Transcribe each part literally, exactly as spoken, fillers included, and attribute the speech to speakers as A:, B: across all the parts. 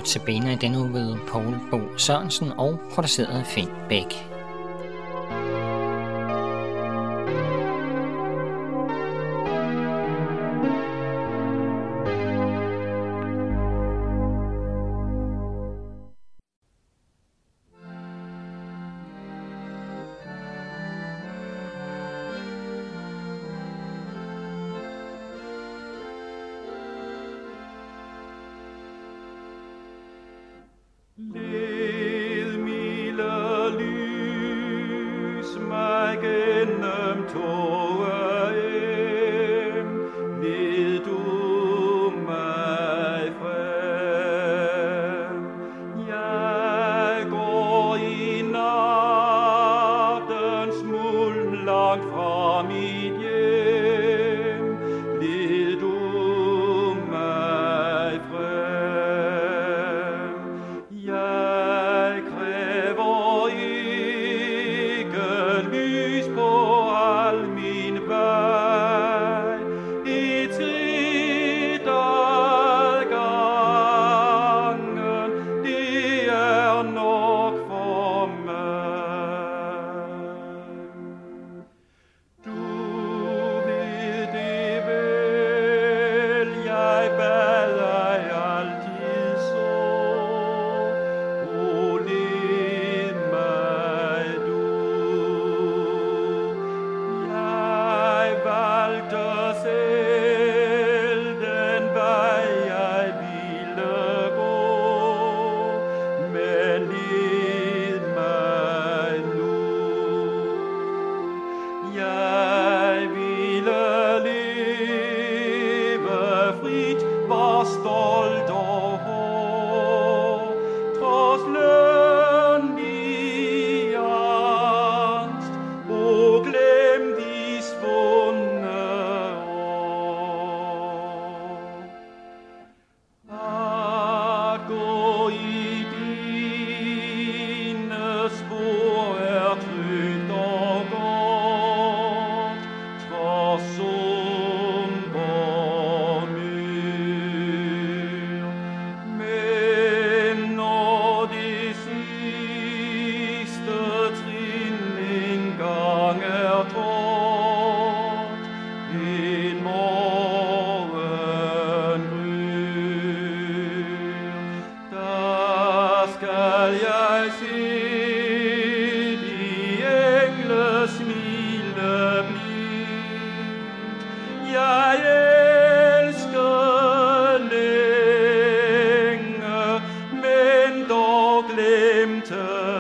A: Notabene i denne uge ved Poul Bo Sørensen og produceret af Finn Bæk.
B: Led milde lys mig gennem tåger hjem, led du mig frem. Jeg går i nattens mulm langt fra mit hjem, led du mig frem. Jeg kræver ikke lys på al min vej, et skridt ad gangen, det er nok for mig. Du ved det vel, jeg bad dig altid så. O led mig du. Jeg valgte selv den vej jeg ville gå, men led mig nu. Jeg ville leve frit, var stolt og hård, trods lønlig angst, og glem de svundne år. At gå i dine spor er trygt og godt, trods somber myr. Men når det sidste trin engang er trådt, en morgen gryr, der skal jeg se de engle smile blidt. Jeg elsker længe, men dog glemte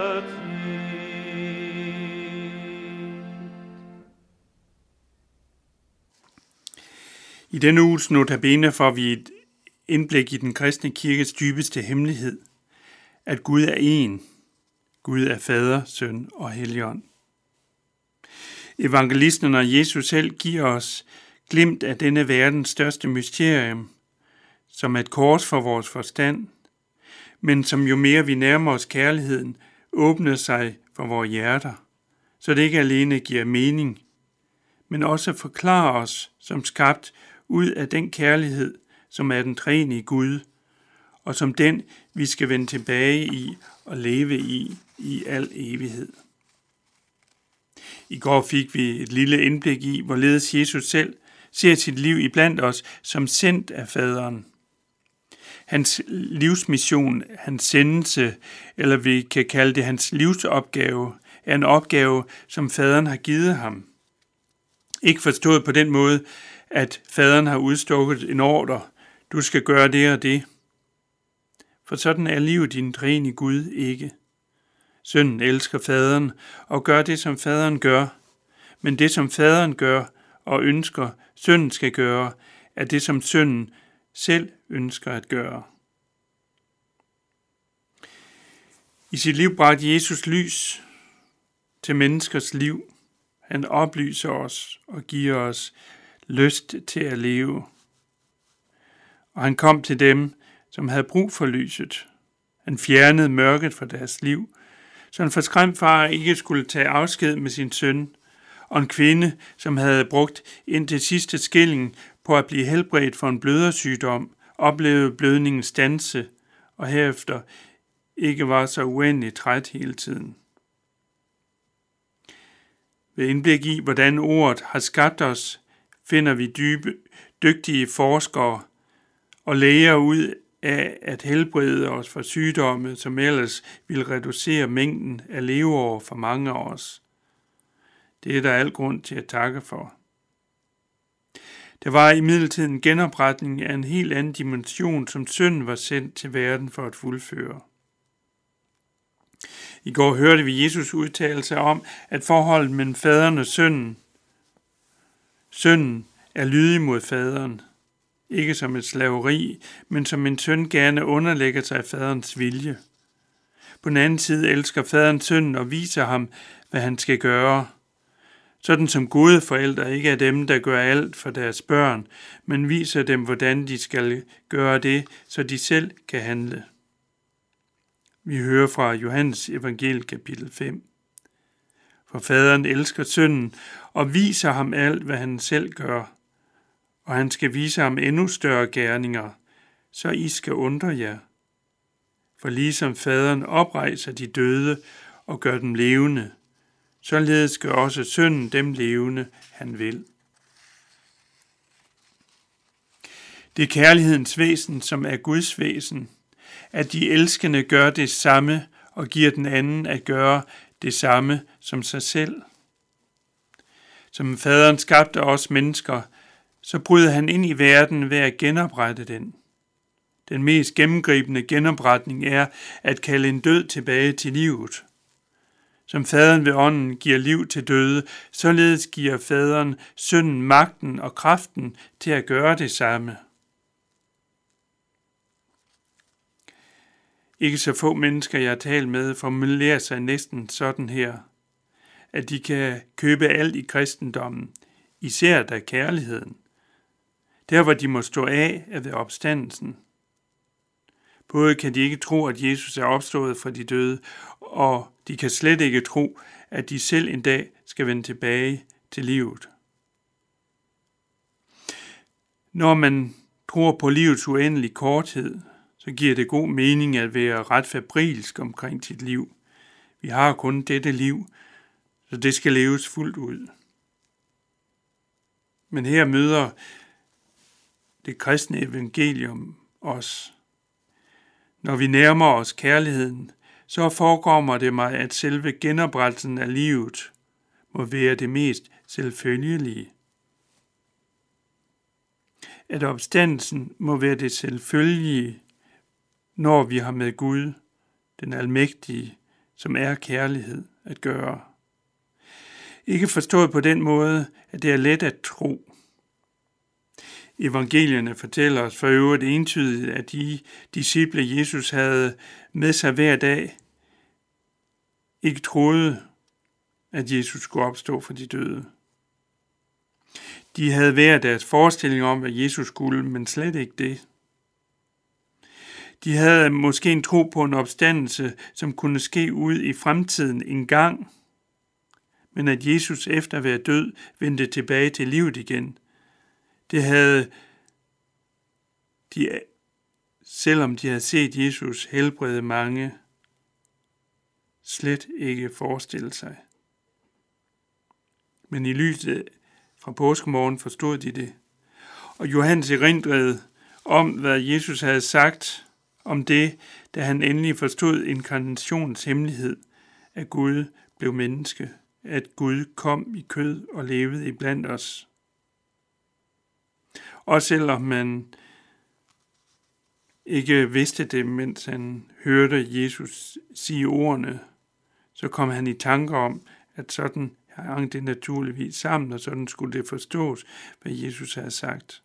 B: tid.
C: I denne uges notabene får vi et indblik i den kristne kirkes dybeste hemmelighed, at Gud er én. Gud er Fader, Søn og Helligånd. Evangelisten og Jesus selv giver os glimt af denne verdens største mysterium, som er et kors for vores forstand, men som jo mere vi nærmer os kærligheden, åbner sig for vores hjerter, så det ikke alene giver mening, men også forklarer os som skabt ud af den kærlighed, som er den treenige Gud, og som den, vi skal vende tilbage i og leve i i al evighed. I går fik vi et lille indblik i, hvorledes Jesus selv ser sit liv iblandt os som sendt af Faderen. Hans livsmission, hans sendelse, eller vi kan kalde det hans livsopgave, er en opgave, som Faderen har givet ham. Ikke forstået på den måde, at Faderen har udstukket en ordre, du skal gøre det og det. For sådan er livet i den treenige Gud ikke. Sønnen elsker Faderen og gør det, som Faderen gør, men det, som Faderen gør og ønsker, Sønnen skal gøre, er det, som Sønnen selv ønsker at gøre. I sit liv bragte Jesus lys til menneskers liv. Han oplyser os og giver os lyst til at leve. Og han kom til dem, som havde brug for lyset. Han fjernede mørket fra deres liv, så en forskræmt far ikke skulle tage afsked med sin søn, og en kvinde, som havde brugt indtil sidste skilling på at blive helbredt for en blødersygdom, oplevede blødningen standse, og herefter ikke var så uendelig træt hele tiden. Ved indblik i, hvordan ordet har skabt os, finder vi dybe, dygtige forskere og læger ud af at helbrede os for sygdomme, som ellers ville reducere mængden af leveår for mange af os. Det er der al grund til at takke for. Der var imidlertid en genopretning af en helt anden dimension, som synden var sendt til verden for at fuldføre. I går hørte vi Jesus udtale sig om, at forholdet mellem faderen og sønnen, sønnen er lydig mod faderen, ikke som et slaveri, men som en søn gerne underlægger sig faderens vilje. På den anden side elsker faderen sønnen og viser ham, hvad han skal gøre. Sådan som gode forældre ikke er dem, der gør alt for deres børn, men viser dem, hvordan de skal gøre det, så de selv kan handle. Vi hører fra Johannes evangeliet kapitel fem. For faderen elsker sønnen og viser ham alt, hvad han selv gør, og han skal vise ham endnu større gerninger, så I skal undre jer. For ligesom faderen oprejser de døde og gør dem levende, således gør også sønnen dem levende, han vil. Det er kærlighedens væsen, som er Guds væsen, at de elskende gør det samme og giver den anden at gøre det samme som sig selv. Som faderen skabte os mennesker, så bryder han ind i verden ved at genoprette den. Den mest gennemgribende genopretning er at kalde en død tilbage til livet. Som faderen ved ånden giver liv til døde, således giver faderen sønnen magten og kraften til at gøre det samme. Ikke så få mennesker, jeg har talt med, formulerer sig næsten sådan her, at de kan købe alt i kristendommen, især da kærligheden. Der, hvor de må stå af, er ved opstandelsen. Både kan de ikke tro, at Jesus er opstået fra de døde, og de kan slet ikke tro, at de selv en dag skal vende tilbage til livet. Når man tror på livets uendelige korthed, så giver det god mening at være ret febrilsk omkring sit liv. Vi har kun dette liv, så det skal leves fuldt ud. Men her møder det kristne evangelium os. Når vi nærmer os kærligheden, så forekommer det mig, at selve genoprettelsen af livet må være det mest selvfølgelige. At opstandelsen må være det selvfølgelige, når vi har med Gud, den almægtige, som er kærlighed, at gøre. Ikke forstået på den måde, at det er let at tro. Evangelierne fortæller os for øvrigt entydigt, at de disciple, Jesus havde med sig hver dag, ikke troede, at Jesus skulle opstå for de døde. De havde hver deres forestilling om, hvad Jesus skulle, men slet ikke det. De havde måske en tro på en opstandelse, som kunne ske ud i fremtiden en gang, men at Jesus efter at være død vendte tilbage til livet igen. Det havde de, selvom de havde set Jesus helbrede mange, slet ikke forestille sig. Men i lyset fra påskemorgen forstod de det. Og Johannes erindrede om, hvad Jesus havde sagt om det, da han endelig forstod inkarnationens hemmelighed, at Gud blev menneske, at Gud kom i kød og levede iblandt os. Og selvom man ikke vidste det, mens han hørte Jesus sige ordene, så kom han i tanker om, at sådan hang det naturligvis sammen, og sådan skulle det forstås, hvad Jesus havde sagt.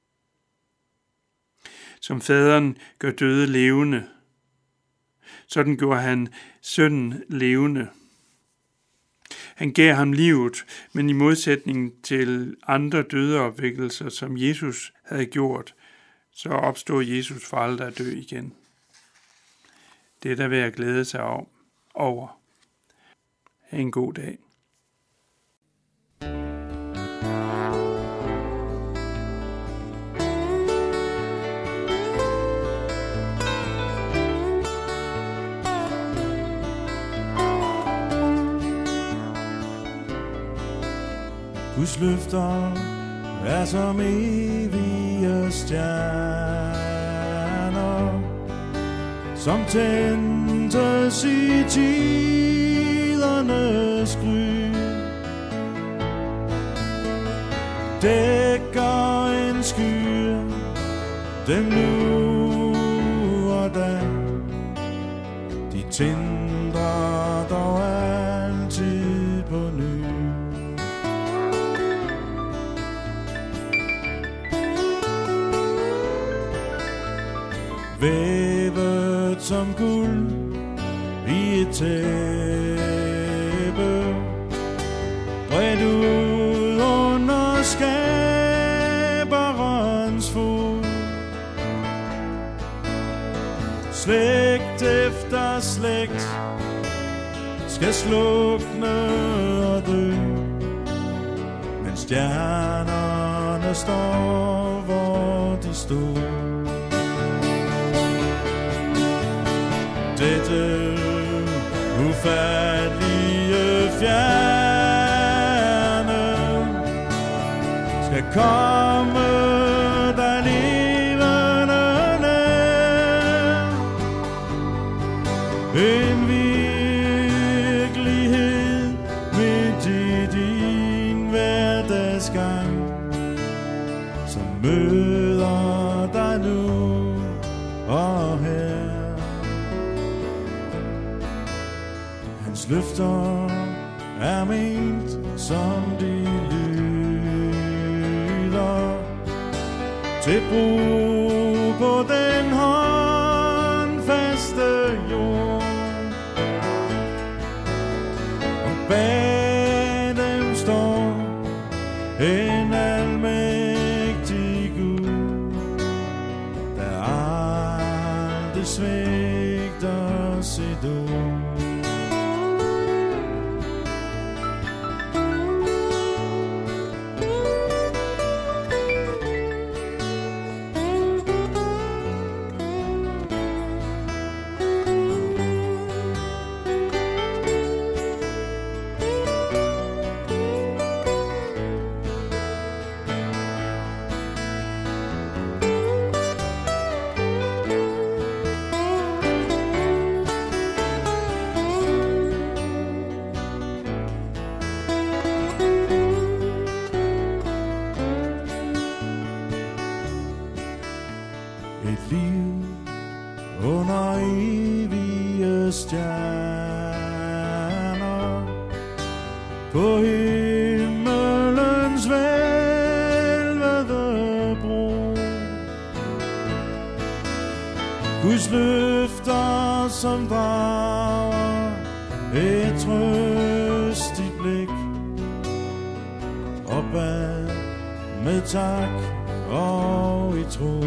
C: Som faderen gør døde levende, sådan gjorde han sønnen levende. Han gav ham livet, men i modsætning til andre dødeopvækkelser, som Jesus havde gjort, så opstod Jesus for aldrig at dø igen. Det er der ved at glæde sig over. Ha' en god dag.
D: Guds løfter er som evige stjerner, som tændtes i tidernes gry. Dækker en sky dem nu og da. De tindrer dog altid på ny. Vævet som guld i et tæppe, bredt ud under skaberens fod. Slægt efter slægt skal slukne og dø, men stjernerne står, hvor de stod. Dette ufattelige fjerne skal komme dig levende nær. En virkelighed midt i din hverdagsgang, som møder dig nu og her. Hans løfter er ment som de lyder, til brug på den håndfaste jord. Og bag dem står en almægtig Gud, der aldrig svigter sit ord. Et liv under evige stjerner, på himmelens hvælvede bro. Guds løfter, som drager et trøstigt blik opad med tak og i tro.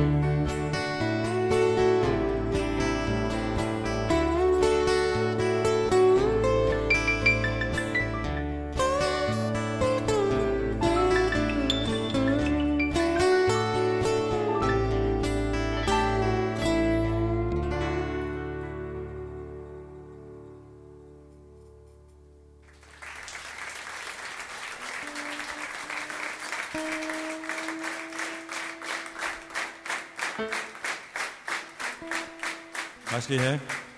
D: Tak skal I have.